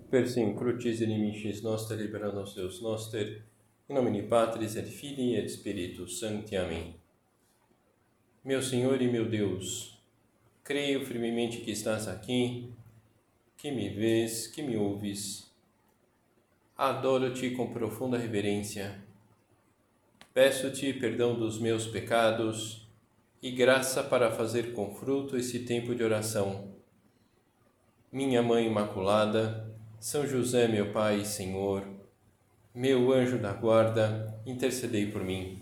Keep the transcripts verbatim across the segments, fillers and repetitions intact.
Persim crucis inimicis noster libera nos Deus noster, in nomine Patris et Filii et Spiritus Sancti. Amém. Meu Senhor e meu Deus, creio firmemente que estás aqui, que me vês, que me ouves. Adoro-te com profunda reverência. Peço-te perdão dos meus pecados e graça para fazer com fruto esse tempo de oração. Minha Mãe Imaculada, São José, meu Pai e Senhor, meu anjo da guarda, intercedei por mim.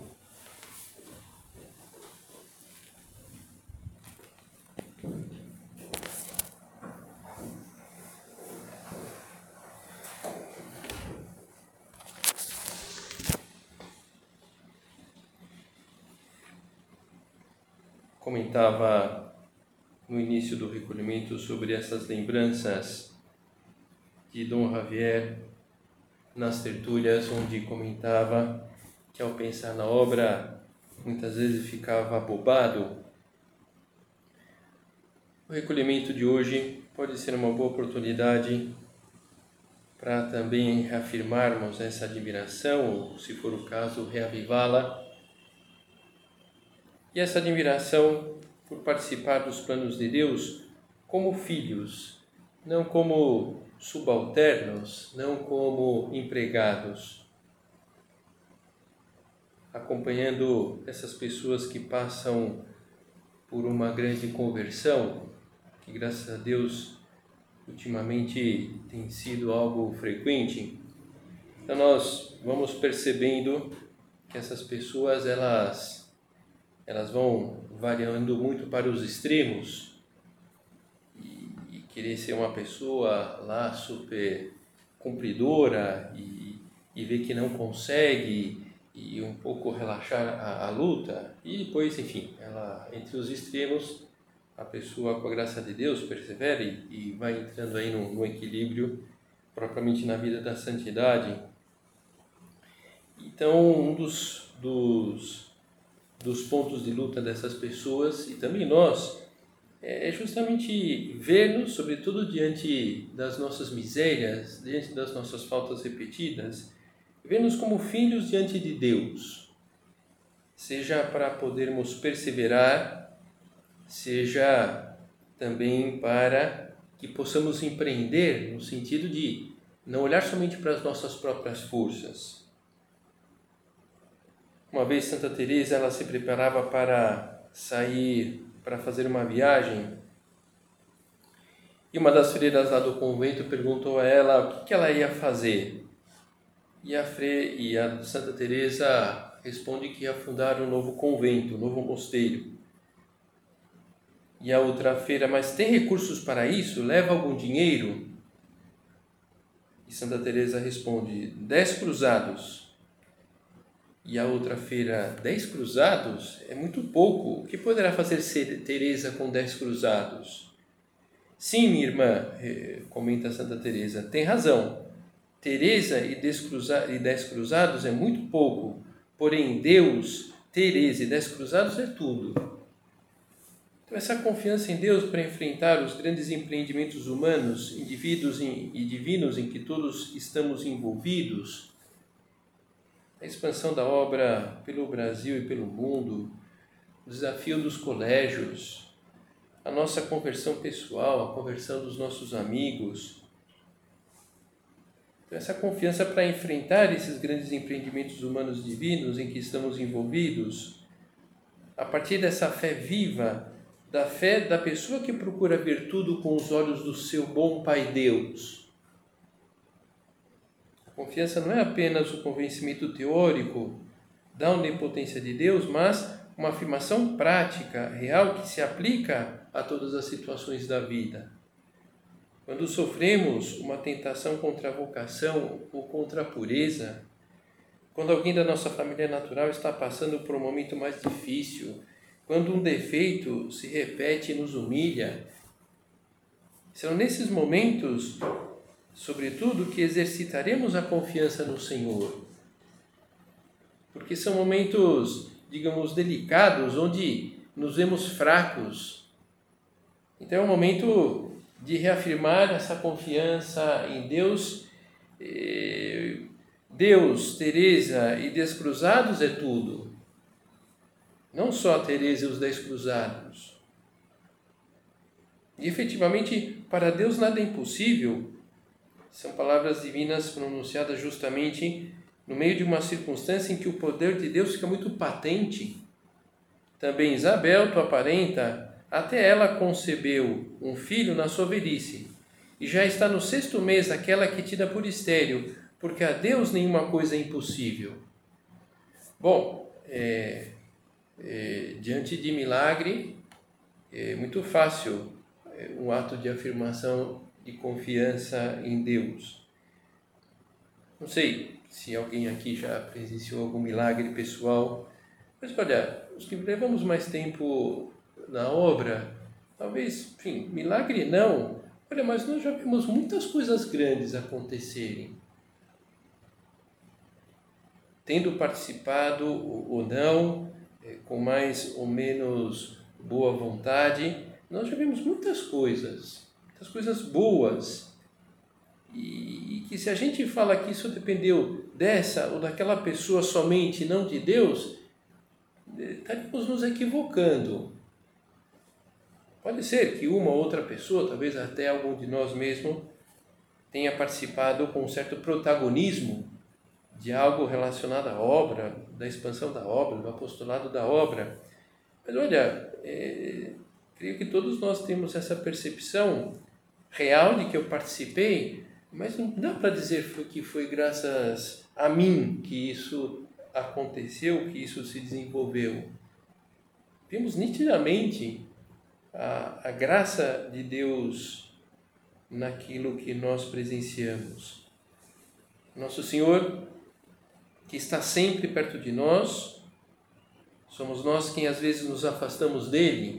Comentava no início do recolhimento sobre essas lembranças de Dom Javier nas tertúlias, onde comentava que ao pensar na obra muitas vezes ficava abobado. O recolhimento de hoje pode ser uma boa oportunidade para também reafirmarmos essa admiração, ou, se for o caso, reavivá-la. E essa admiração por participar dos planos de Deus como filhos, não como subalternos, não como empregados. Acompanhando essas pessoas que passam por uma grande conversão, que graças a Deus ultimamente tem sido algo frequente, então nós vamos percebendo que essas pessoas elas, elas vão variando muito para os extremos e, e querer ser uma pessoa lá super cumpridora e, e ver que não consegue e um pouco relaxar a, a luta, e depois, enfim, ela, entre os extremos, a pessoa, com a graça de Deus, persevera e, e vai entrando aí no, no equilíbrio, propriamente na vida da santidade. Então, um dos, dos, dos pontos de luta dessas pessoas, e também nós, é justamente ver-nos, sobretudo diante das nossas misérias, diante das nossas faltas repetidas, ver-nos como filhos diante de Deus, seja para podermos perseverar, seja também para que possamos empreender no sentido de não olhar somente para as nossas próprias forças. Uma vez Santa Teresa, ela se preparava para sair, para fazer uma viagem, e uma das freiras lá do convento perguntou a ela o que ela ia fazer. E a, Fre... e a Santa Teresa responde que ia fundar um novo convento, um novo mosteiro. E a outra freira, mas tem recursos para isso? Leva algum dinheiro? E Santa Teresa responde, dez cruzados. E a outra freira, dez cruzados? É muito pouco. O que poderá fazer Teresa com dez cruzados? Sim, minha irmã, comenta Santa Teresa, tem razão. Teresa e dez cruzados é muito pouco, porém Deus, Teresa e dez cruzados é tudo. Então essa confiança em Deus para enfrentar os grandes empreendimentos humanos, indivíduos e divinos em que todos estamos envolvidos, a expansão da obra pelo Brasil e pelo mundo, o desafio dos colégios, a nossa conversão pessoal, a conversão dos nossos amigos. Então, essa confiança para enfrentar esses grandes empreendimentos humanos divinos em que estamos envolvidos, a partir dessa fé viva, da fé da pessoa que procura ver tudo com os olhos do seu bom Pai Deus. A confiança não é apenas o convencimento teórico da onipotência de Deus, mas uma afirmação prática, real, que se aplica a todas as situações da vida. Quando sofremos uma tentação contra a vocação ou contra a pureza, quando alguém da nossa família natural está passando por um momento mais difícil, quando um defeito se repete e nos humilha, serão nesses momentos, sobretudo, que exercitaremos a confiança no Senhor. Porque são momentos, digamos, delicados, onde nos vemos fracos. Então é um momento de reafirmar essa confiança em Deus. Deus, Teresa e Descruzados é tudo. Não só a Teresa e os Dez Cruzados. E efetivamente, para Deus nada é impossível. São palavras divinas pronunciadas justamente no meio de uma circunstância em que o poder de Deus fica muito patente. Também Isabel, tua parenta, até ela concebeu um filho na sua velhice, e já está no sexto mês aquela que te dá por estéril, porque a Deus nenhuma coisa é impossível. Bom, é, é, diante de milagre, é muito fácil é, um ato de afirmação de confiança em Deus. Não sei se alguém aqui já presenciou algum milagre pessoal, mas olha, os que levamos mais tempo na obra, talvez, enfim, milagre não, olha, mas nós já vimos muitas coisas grandes acontecerem. Tendo participado ou não, com mais ou menos boa vontade, nós já vimos muitas coisas, muitas coisas boas. E, e que se a gente fala que isso dependeu dessa ou daquela pessoa somente, não de Deus, estaríamos nos equivocando. Pode ser que uma ou outra pessoa, talvez até algum de nós mesmos, tenha participado com um certo protagonismo de algo relacionado à obra, da expansão da obra, do apostolado da obra. Mas olha, é, creio que todos nós temos essa percepção real de que eu participei, mas não dá para dizer que foi graças a mim que isso aconteceu, que isso se desenvolveu. Vimos nitidamente a, a graça de Deus naquilo que nós presenciamos. Nosso Senhor, que está sempre perto de nós, somos nós quem às vezes nos afastamos dele.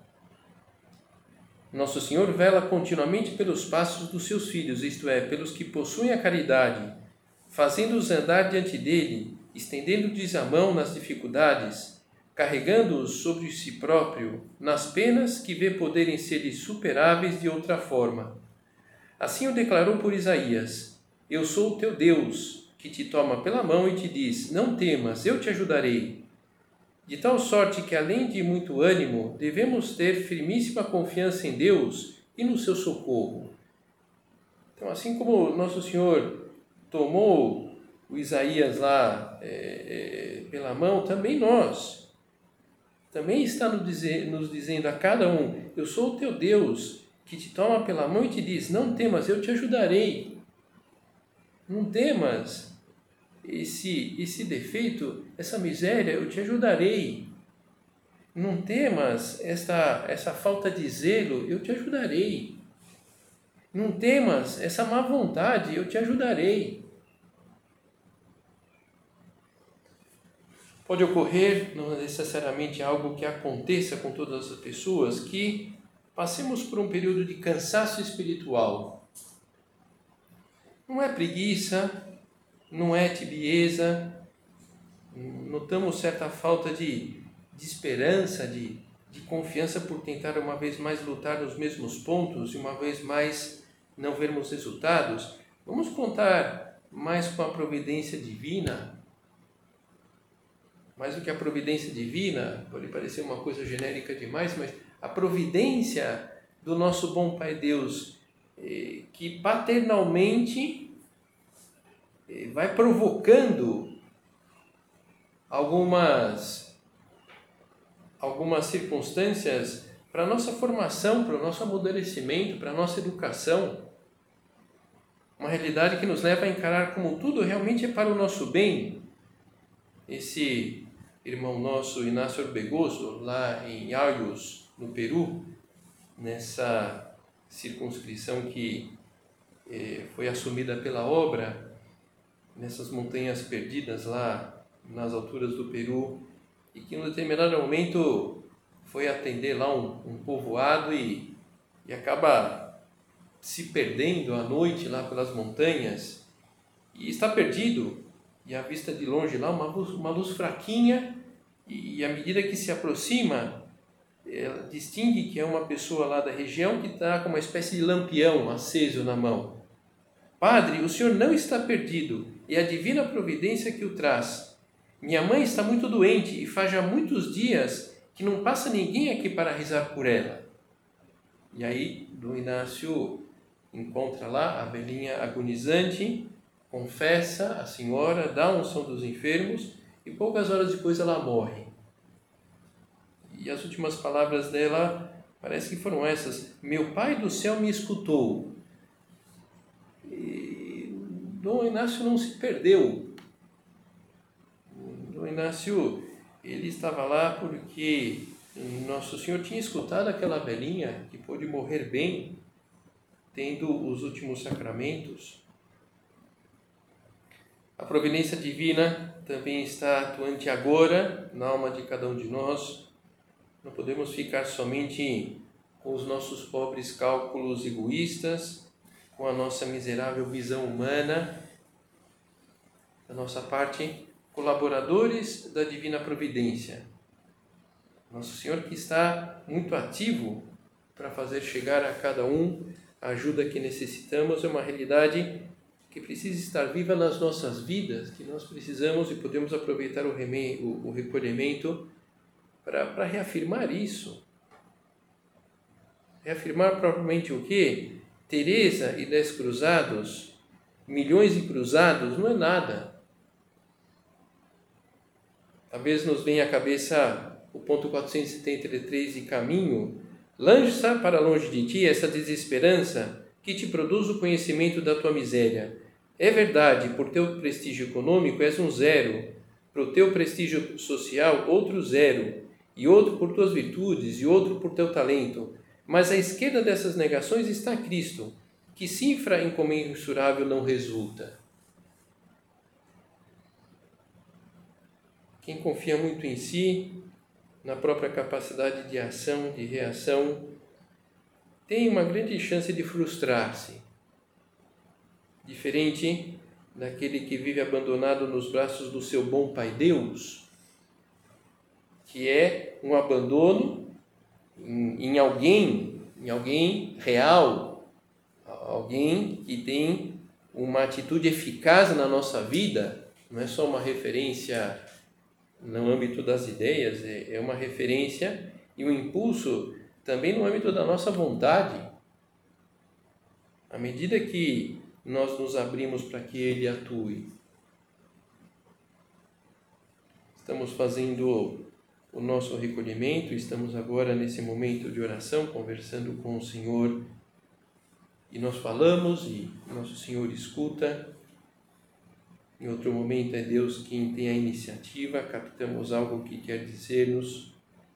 Nosso Senhor vela continuamente pelos passos dos seus filhos, isto é, pelos que possuem a caridade, fazendo-os andar diante dele, estendendo-lhes a mão nas dificuldades, carregando-os sobre si próprio nas penas que vê poderem ser-lhes superáveis de outra forma. Assim o declarou por Isaías: eu sou o teu Deus, que te toma pela mão e te diz: não temas, eu te ajudarei. De tal sorte que, além de muito ânimo, devemos ter firmíssima confiança em Deus e no seu socorro. Então, assim como Nosso Senhor tomou o Isaías lá é, é, pela mão, também nós. Também está nos, dizer, nos dizendo a cada um: eu sou o teu Deus, que te toma pela mão e te diz: não temas, eu te ajudarei. Não temas esse, esse defeito, essa miséria, eu te ajudarei. Não temas esta, essa falta de zelo, eu te ajudarei. Não temas essa má vontade, eu te ajudarei. Pode ocorrer, não necessariamente algo que aconteça com todas as pessoas, que passemos por um período de cansaço espiritual. Não é preguiça, não é tibieza, notamos certa falta de, de esperança, de, de confiança por tentar uma vez mais lutar nos mesmos pontos e uma vez mais não vermos resultados. Vamos contar mais com a providência divina. Mais do que a providência divina, pode parecer uma coisa genérica demais, mas a providência do nosso bom Pai Deus, que paternalmente vai provocando algumas, algumas circunstâncias para a nossa formação, para o nosso amadurecimento, para a nossa educação. Uma realidade que nos leva a encarar como tudo realmente é para o nosso bem. Esse irmão nosso, Inácio Orbegoso, lá em Ayllus, no Peru, nessa circunscrição que eh, foi assumida pela obra, nessas montanhas perdidas lá nas alturas do Peru, e que em um determinado momento foi atender lá um, um povoado e, e acaba se perdendo à noite lá pelas montanhas, e está perdido, e à vista de longe lá uma luz, uma luz fraquinha, e, e à medida que se aproxima, ela distingue que é uma pessoa lá da região que está com uma espécie de lampião aceso na mão. Padre, o senhor não está perdido, é a divina providência que o traz. Minha mãe está muito doente e faz já muitos dias que não passa ninguém aqui para rezar por ela. E aí, Dom Inácio encontra lá a velhinha agonizante, confessa a senhora, dá a unção dos enfermos e poucas horas depois ela morre. E as últimas palavras dela parece que foram essas: meu Pai do céu me escutou. E Dom Inácio não se perdeu. Dom Inácio, ele estava lá porque Nosso Senhor tinha escutado aquela velhinha que pôde morrer bem, tendo os últimos sacramentos. A providência divina também está atuante agora na alma de cada um de nós. Não podemos ficar somente com os nossos pobres cálculos egoístas, com a nossa miserável visão humana. Da nossa parte, colaboradores da divina providência. Nosso Senhor que está muito ativo para fazer chegar a cada um a ajuda que necessitamos, é uma realidade que precisa estar viva nas nossas vidas, que nós precisamos e podemos aproveitar o, remei, o, o recolhimento para, para reafirmar isso. Reafirmar propriamente o quê? Teresa e dez cruzados, milhões de cruzados, não é nada. Talvez nos venha à cabeça o ponto quatrocentos e setenta e três de Caminho. Lança para longe de ti essa desesperança que te produz o conhecimento da tua miséria. É verdade, por teu prestígio econômico és um zero, para o teu prestígio social outro zero, e outro por tuas virtudes, e outro por teu talento. Mas à esquerda dessas negações está Cristo, que cifra incomensurável não resulta. Quem confia muito em si, na própria capacidade de ação, de reação, tem uma grande chance de frustrar-se. Diferente daquele que vive abandonado nos braços do seu bom Pai Deus, que é um abandono em, em alguém, em alguém real, alguém que tem uma atitude eficaz na nossa vida, não é só uma referência no âmbito das ideias, é uma referência e um impulso também no âmbito da nossa vontade. À medida que nós nos abrimos para que Ele atue, estamos fazendo o nosso recolhimento, estamos agora nesse momento de oração, conversando com o Senhor, e nós falamos e nosso Senhor escuta. Em outro momento é Deus quem tem a iniciativa, captamos algo que quer dizer-nos.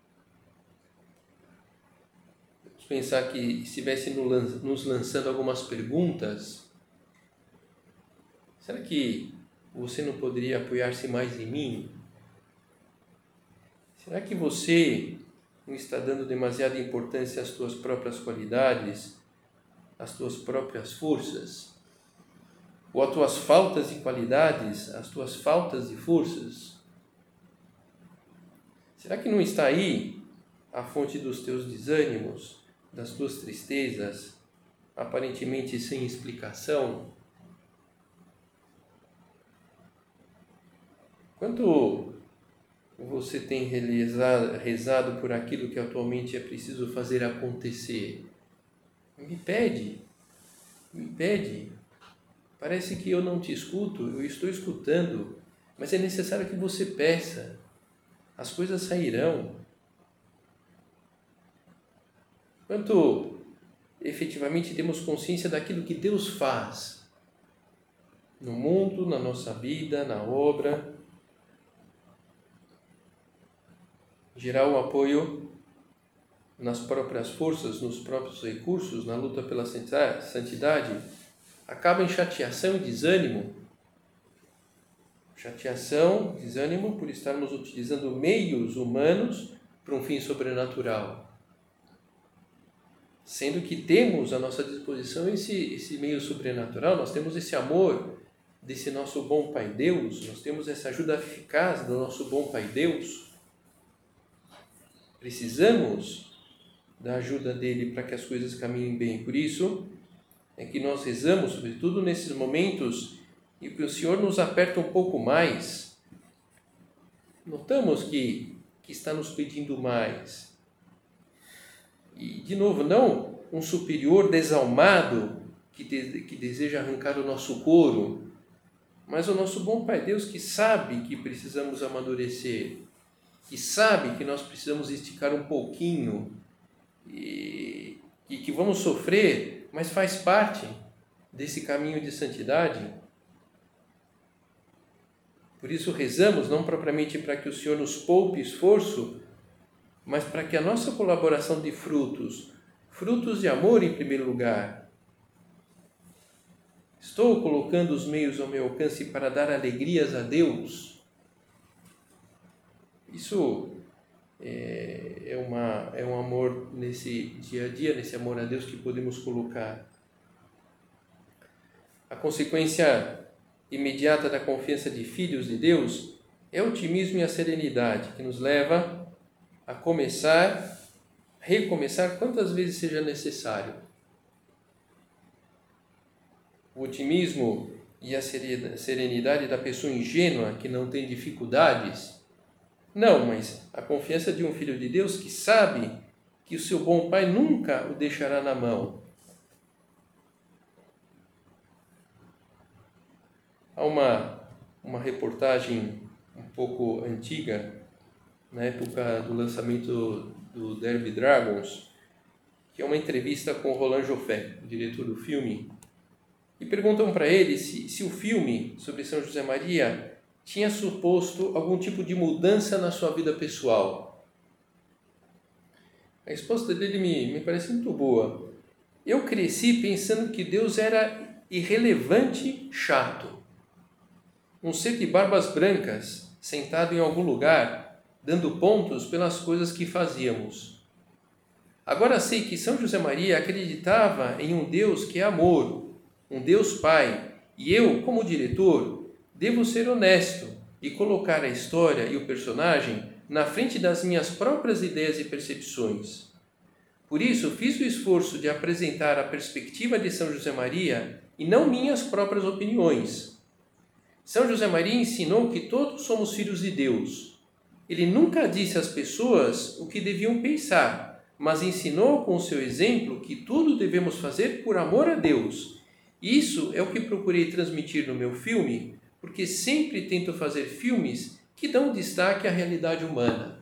Vamos pensar que estivesse nos lançando algumas perguntas. Será que você não poderia apoiar-se mais em mim? Será que você não está dando demasiada importância às tuas próprias qualidades, às tuas próprias forças? Ou às tuas faltas de qualidades, às tuas faltas de forças? Será que não está aí a fonte dos teus desânimos, das tuas tristezas, aparentemente sem explicação? Quanto você tem rezado, rezado por aquilo que atualmente é preciso fazer acontecer? Me pede, me pede. Parece que eu não te escuto, eu estou escutando, mas é necessário que você peça. As coisas sairão. Quanto efetivamente temos consciência daquilo que Deus faz no mundo, na nossa vida, na obra. Gerar o apoio nas próprias forças, nos próprios recursos, na luta pela santidade, acaba em chateação e desânimo. Chateação, desânimo por estarmos utilizando meios humanos para um fim sobrenatural. Sendo que temos à nossa disposição esse, esse meio sobrenatural, nós temos esse amor desse nosso bom Pai Deus, nós temos essa ajuda eficaz do nosso bom Pai Deus. precisamos da ajuda dele para que as coisas caminhem bem. Por isso é que nós rezamos, sobretudo nesses momentos em que o Senhor nos aperta um pouco mais. Notamos que, que está nos pedindo mais. E, de novo, não um superior desalmado que, de, que deseja arrancar o nosso couro, mas o nosso bom Pai Deus que sabe que precisamos amadurecer, que sabe que nós precisamos esticar um pouquinho e, e que vamos sofrer, mas faz parte desse caminho de santidade. Por isso rezamos, não propriamente para que o Senhor nos poupe esforço, mas para que a nossa colaboração de frutos, frutos de amor em primeiro lugar. Estou colocando os meios ao meu alcance para dar alegrias a Deus. Isso é, é, uma, é um amor nesse dia a dia, nesse amor a Deus que podemos colocar. A consequência imediata da confiança de filhos de Deus é o otimismo e a serenidade, que nos leva a começar, recomeçar quantas vezes seja necessário. O otimismo e a serenidade da pessoa ingênua que não tem dificuldades, não, mas a confiança de um filho de Deus que sabe que o seu bom Pai nunca o deixará na mão. Há uma, uma reportagem um pouco antiga, na época do lançamento do Derby Dragons, que é uma entrevista com Roland Joffé, o diretor do filme, e perguntam para ele se, se o filme sobre São José Maria tinha suposto algum tipo de mudança na sua vida pessoal. A resposta dele me, me parece muito boa. Eu cresci pensando que Deus era irrelevante, chato. Um ser de barbas brancas, sentado em algum lugar, dando pontos pelas coisas que fazíamos. Agora sei que São José Maria acreditava em um Deus que é amor, um Deus Pai, e eu, como diretor, devo ser honesto e colocar a história e o personagem na frente das minhas próprias ideias e percepções. Por isso, fiz o esforço de apresentar a perspectiva de São José Maria e não minhas próprias opiniões. São José Maria ensinou que todos somos filhos de Deus. Ele nunca disse às pessoas o que deviam pensar, mas ensinou com o seu exemplo que tudo devemos fazer por amor a Deus. Isso é o que procurei transmitir no meu filme, porque sempre tento fazer filmes que dão destaque à realidade humana.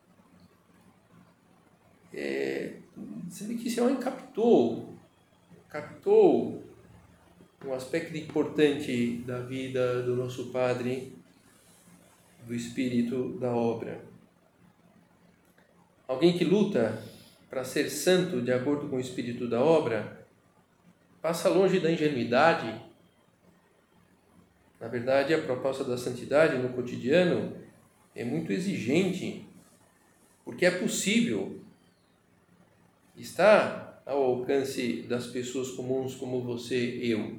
É, você vê que esse homem captou, captou um aspecto importante da vida do nosso Padre, do espírito da obra. Alguém que luta para ser santo de acordo com o espírito da obra passa longe da ingenuidade. Na verdade, a proposta da santidade no cotidiano é muito exigente, porque é possível, está ao alcance das pessoas comuns como você e eu.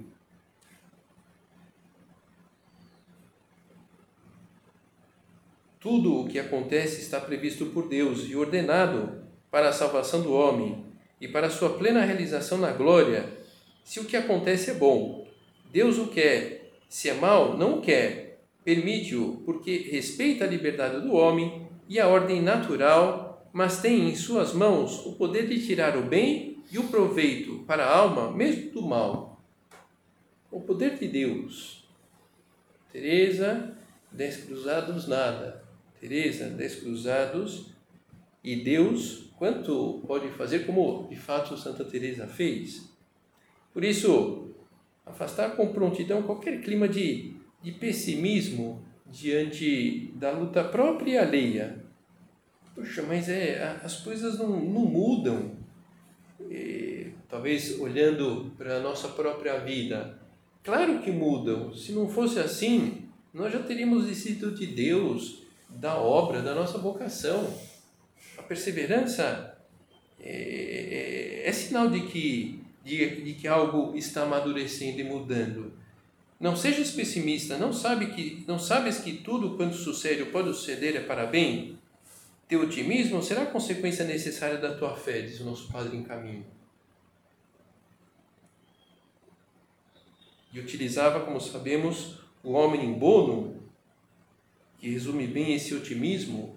Tudo o que acontece está previsto por Deus e ordenado para a salvação do homem e para a sua plena realização na glória. Se o que acontece é bom, Deus o quer. Se é mal, não o quer. Permite-o porque respeita a liberdade do homem e a ordem natural, mas tem em suas mãos o poder de tirar o bem e o proveito para a alma, mesmo do mal. O poder de Deus. Teresa, dez cruzados, nada. Teresa, dez cruzados, e Deus, quanto pode fazer, como de fato Santa Teresa fez. Por isso, afastar com prontidão qualquer clima de, de pessimismo diante da luta própria e alheia. Poxa, mas é, as coisas não, não mudam. E, talvez olhando para a nossa própria vida, claro que mudam. Se não fosse assim, nós já teríamos desistido de Deus, da obra, da nossa vocação. A perseverança é, é, é sinal de que, de, de que algo está amadurecendo e mudando. Não sejas pessimista, não, sabe que, não sabes que tudo quanto sucede ou pode suceder é para bem? Teu otimismo será a consequência necessária da tua fé, diz o nosso Padre em Caminho. E utilizava, como sabemos, o homem em bono, que resume bem esse otimismo.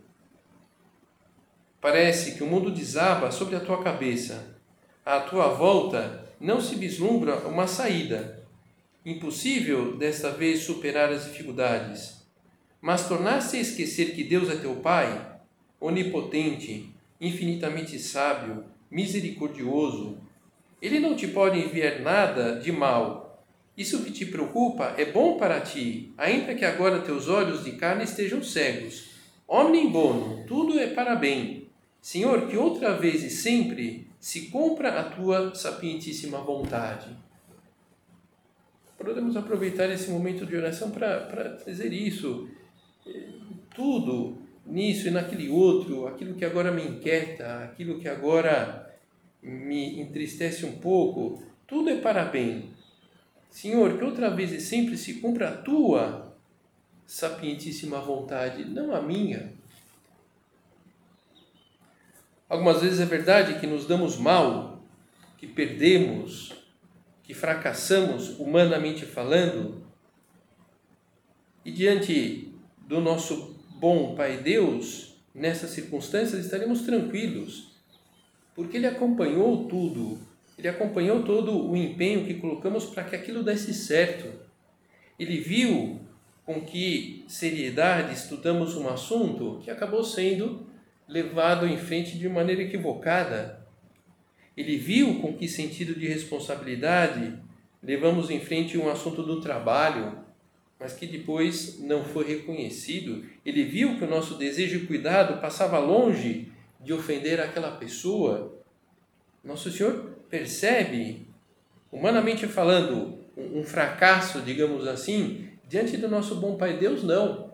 Parece que o mundo desaba sobre a tua cabeça. À tua volta não se vislumbra uma saída. Impossível desta vez superar as dificuldades. Mas tornaste a esquecer que Deus é teu Pai, onipotente, infinitamente sábio, misericordioso. Ele não te pode enviar nada de mal. Isso que te preocupa é bom para ti, ainda que agora teus olhos de carne estejam cegos. Omnem bono, tudo é para bem. Senhor, que outra vez e sempre se cumpra a tua sapientíssima vontade. Podemos aproveitar esse momento de oração para dizer isso. Tudo nisso e naquele outro, aquilo que agora me inquieta, aquilo que agora me entristece um pouco, tudo é para bem. Senhor, que outra vez e sempre se cumpra a tua sapientíssima vontade, não a minha. Algumas vezes é verdade que nos damos mal, que perdemos, que fracassamos humanamente falando, e diante do nosso bom Pai Deus, nessas circunstâncias estaremos tranquilos, porque Ele acompanhou tudo, Ele acompanhou todo o empenho que colocamos para que aquilo desse certo. Ele viu com que seriedade estudamos um assunto que acabou sendo levado em frente de maneira equivocada. Ele viu com que sentido de responsabilidade levamos em frente um assunto do trabalho, mas que depois não foi reconhecido. Ele viu que o nosso desejo e cuidado passava longe de ofender aquela pessoa. Nosso Senhor percebe, humanamente falando, um fracasso, digamos assim, diante do nosso bom Pai Deus, não.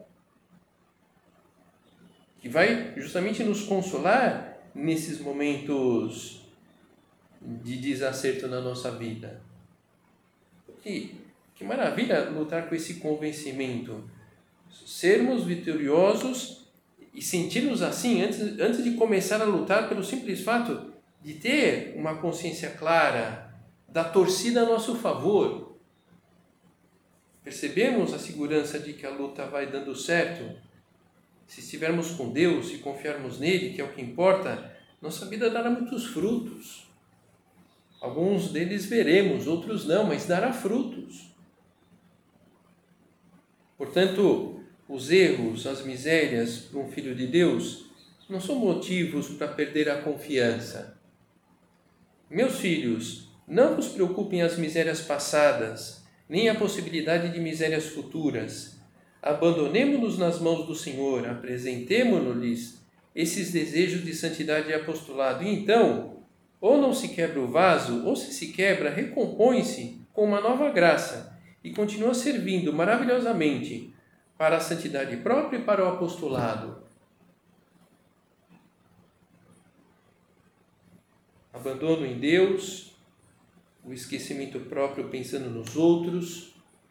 Que vai justamente nos consolar nesses momentos de desacerto na nossa vida. Que, que maravilha lutar com esse convencimento. Sermos vitoriosos e sentirmos assim, antes, antes de começar a lutar, pelo simples fato de ter uma consciência clara da torcida a nosso favor. Percebemos a segurança de que a luta vai dando certo. Se estivermos com Deus e confiarmos nele, que é o que importa, nossa vida dará muitos frutos. Alguns deles veremos, outros não, mas dará frutos. Portanto, os erros, as misérias para um filho de Deus não são motivos para perder a confiança. Meus filhos, não vos preocupem as misérias passadas, nem a possibilidade de misérias futuras. Abandonemo-nos nas mãos do Senhor, apresentemo-nos-lhes esses desejos de santidade e apostolado. E então, ou não se quebra o vaso, ou se se quebra, recompõe-se com uma nova graça e continua servindo maravilhosamente para a santidade própria e para o apostolado. Abandono em Deus, o esquecimento próprio pensando nos outros.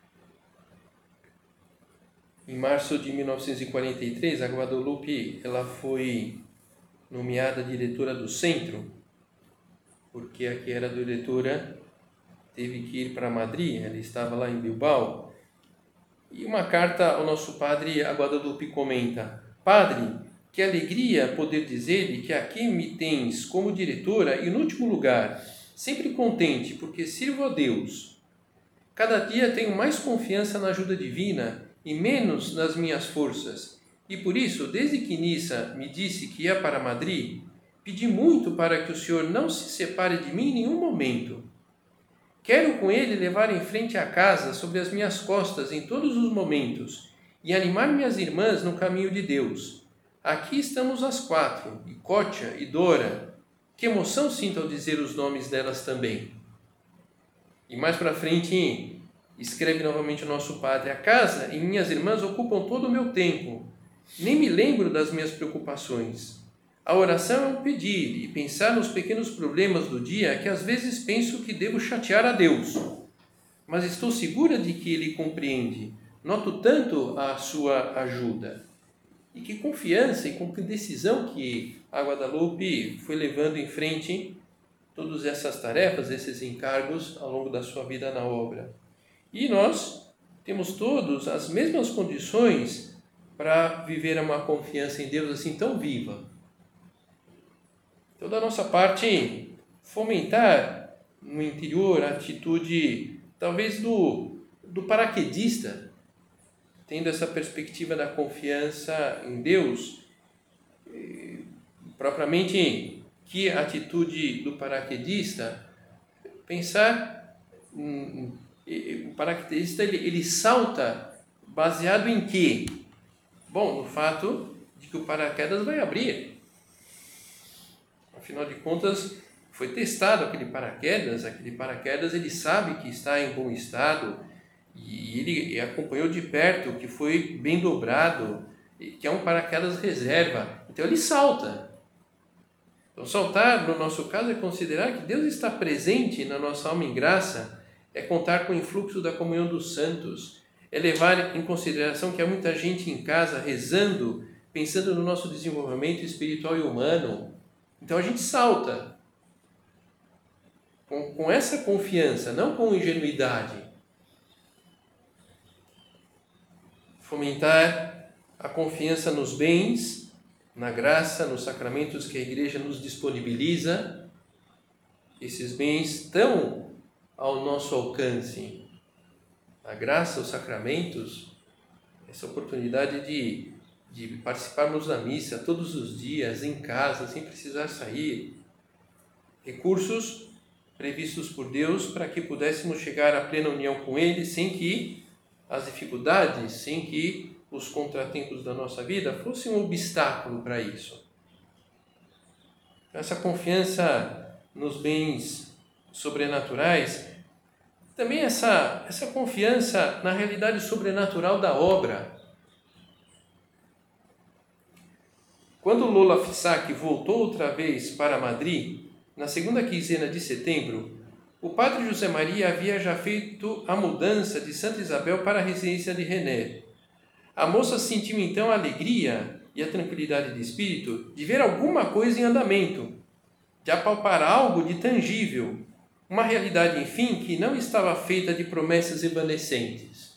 Em março de mil novecentos e quarenta e três, a Guadalupe ela foi nomeada diretora do centro, porque a que era diretora teve que ir para Madrid, ela estava lá em Bilbao. E uma carta ao nosso padre, a Guadalupe comenta: Padre, que alegria poder dizer-lhe que aqui me tens como diretora e, no último lugar, sempre contente porque sirvo a Deus. Cada dia tenho mais confiança na ajuda divina e menos nas minhas forças. E por isso, desde que Nissa me disse que ia para Madrid, pedi muito para que o Senhor não se separe de mim em nenhum momento. Quero com ele levar em frente a casa sobre as minhas costas em todos os momentos e animar minhas irmãs no caminho de Deus. Aqui estamos as quatro, e Cótia e Dora. Que emoção sinto ao dizer os nomes delas também. E mais para frente, escreve novamente o nosso padre: a casa e minhas irmãs ocupam todo o meu tempo. Nem me lembro das minhas preocupações. A oração é um pedir e pensar nos pequenos problemas do dia que às vezes penso que devo chatear a Deus. Mas estou segura de que Ele compreende. Noto tanto a sua ajuda. E que confiança e com que decisão que a Guadalupe foi levando em frente todas essas tarefas, esses encargos ao longo da sua vida na obra. E nós temos todos as mesmas condições para viver uma confiança em Deus assim tão viva. Então, da nossa parte, fomentar no interior a atitude, talvez, do, do paraquedista, tendo essa perspectiva da confiança em Deus, propriamente, que a atitude do paraquedista, pensar, hum, o paraquedista ele, ele salta baseado em quê? Bom, no fato de que o paraquedas vai abrir. Afinal de contas, foi testado aquele paraquedas, aquele paraquedas ele sabe que está em bom estado e ele acompanhou de perto que foi bem dobrado, que é um paraquedas reserva. Então ele salta. Então saltar, no nosso caso, é considerar que Deus está presente na nossa alma em graça, é contar com o influxo da comunhão dos santos, é levar em consideração que há muita gente em casa rezando, pensando no nosso desenvolvimento espiritual e humano. Então a gente salta com, com essa confiança, não com ingenuidade. Fomentar a confiança nos bens, na graça, nos sacramentos que a Igreja nos disponibiliza. Esses bens estão ao nosso alcance. A graça, os sacramentos, essa oportunidade de, de participarmos da missa todos os dias, em casa, sem precisar sair. Recursos previstos por Deus para que pudéssemos chegar à plena união com Ele, sem que as dificuldades, sem que os contratempos da nossa vida fossem um obstáculo para isso. Essa confiança nos bens sobrenaturais, também essa, essa confiança na realidade sobrenatural da obra. Quando Lola Fissac voltou outra vez para Madrid, na segunda quinzena de setembro, o padre José Maria havia já feito a mudança de Santa Isabel para a residência de René. A moça sentiu então a alegria e a tranquilidade de espírito de ver alguma coisa em andamento, de apalpar algo de tangível, uma realidade, enfim, que não estava feita de promessas evanescentes.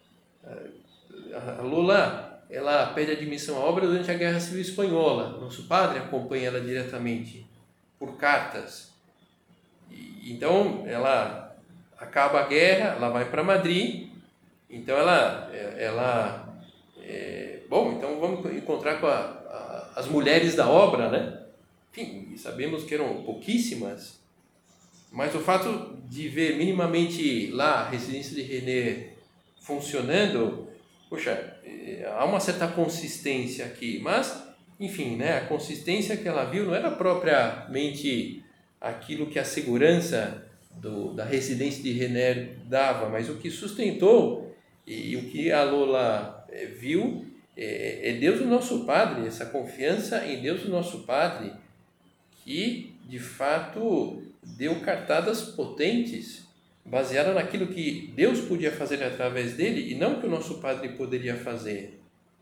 A Lola, ela pede admissão à obra durante a Guerra Civil Espanhola. Nosso padre acompanha ela diretamente, por cartas. E, então, ela acaba a guerra, ela vai para Madrid, então ela... ela é, bom, então vamos encontrar com a, a, as mulheres da obra, né? Enfim, sabemos que eram pouquíssimas, mas o fato de ver minimamente lá a residência de René funcionando, poxa, há uma certa consistência aqui, mas, enfim, né, a consistência que ela viu não era propriamente aquilo que a segurança do, da residência de René dava, mas o que sustentou e o que a Lola viu é, é Deus o nosso Padre, essa confiança em Deus o nosso Padre, que de fato deu cartadas potentes, baseada naquilo que Deus podia fazer através dele e não que o nosso Padre poderia fazer.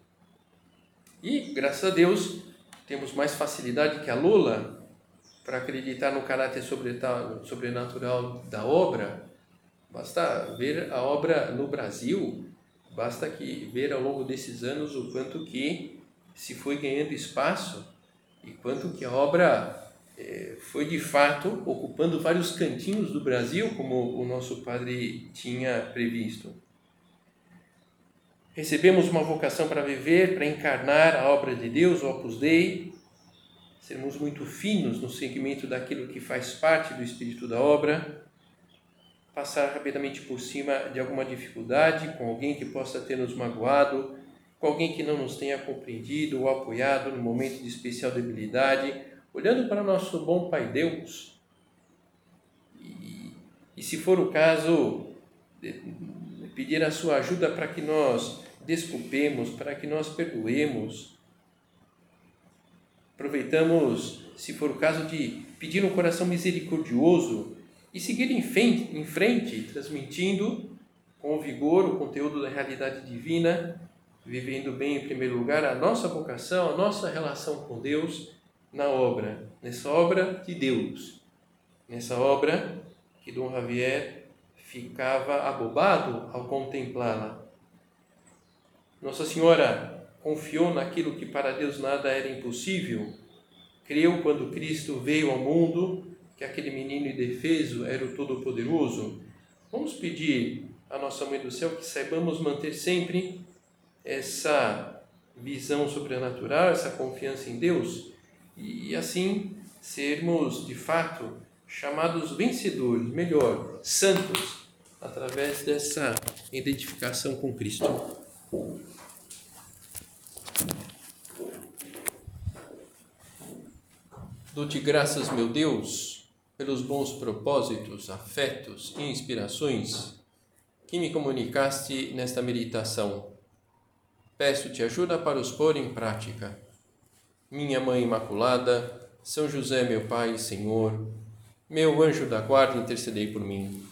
E, graças a Deus, temos mais facilidade que a Lola para acreditar no caráter sobrenatural da obra. Basta ver a obra no Brasil, basta que ver ao longo desses anos o quanto que se foi ganhando espaço e quanto que a obra foi de fato ocupando vários cantinhos do Brasil, como o nosso padre tinha previsto. Recebemos uma vocação para viver, para encarnar a obra de Deus, o Opus Dei, sermos muito finos no seguimento daquilo que faz parte do espírito da obra, passar rapidamente por cima de alguma dificuldade, com alguém que possa ter nos magoado, com alguém que não nos tenha compreendido ou apoiado no momento de especial debilidade, olhando para nosso bom Pai Deus, e, e se for o caso, pedir a sua ajuda para que nós desculpemos, para que nós perdoemos. Aproveitamos, se for o caso, de pedir um coração misericordioso e seguir em frente, em frente, transmitindo com vigor o conteúdo da realidade divina, vivendo bem em primeiro lugar a nossa vocação, a nossa relação com Deus na obra, nessa obra de Deus, nessa obra que Dom Javier ficava abobado ao contemplá-la. Nossa Senhora confiou naquilo que para Deus nada era impossível, creu quando Cristo veio ao mundo que aquele menino indefeso era o Todo-Poderoso. Vamos pedir à nossa Mãe do Céu que saibamos manter sempre essa visão sobrenatural, essa confiança em Deus, e assim sermos de fato chamados vencedores, melhor, santos, através dessa identificação com Cristo. Dou-te graças, meu Deus, pelos bons propósitos, afetos e inspirações que me comunicaste nesta meditação. Peço-te ajuda para os pôr em prática. Minha Mãe Imaculada, São José, meu Pai e Senhor, meu anjo da guarda, intercedei por mim.